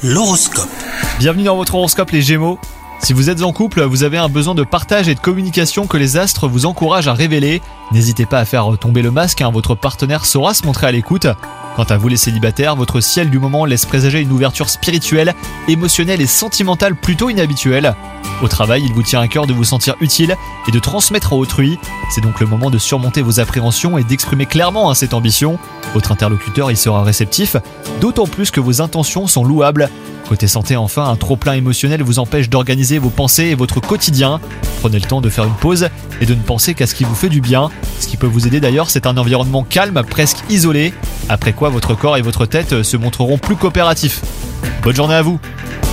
L'horoscope. Bienvenue dans votre horoscope les Gémeaux. Si vous êtes en couple, vous avez un besoin de partage et de communication que les astres vous encouragent à révéler. N'hésitez pas à faire tomber le masque, votre partenaire saura se montrer à l'écoute. Quant à vous les célibataires, votre ciel du moment laisse présager une ouverture spirituelle, émotionnelle et sentimentale plutôt inhabituelle. Au travail, il vous tient à cœur de vous sentir utile et de transmettre à autrui. C'est donc le moment de surmonter vos appréhensions et d'exprimer clairement cette ambition. Votre interlocuteur y sera réceptif, d'autant plus que vos intentions sont louables. Côté santé enfin, un trop-plein émotionnel vous empêche d'organiser vos pensées et votre quotidien. Prenez le temps de faire une pause et de ne penser qu'à ce qui vous fait du bien. Ce qui peut vous aider d'ailleurs, c'est un environnement calme, presque isolé. Après quoi, votre corps et votre tête se montreront plus coopératifs. Bonne journée à vous!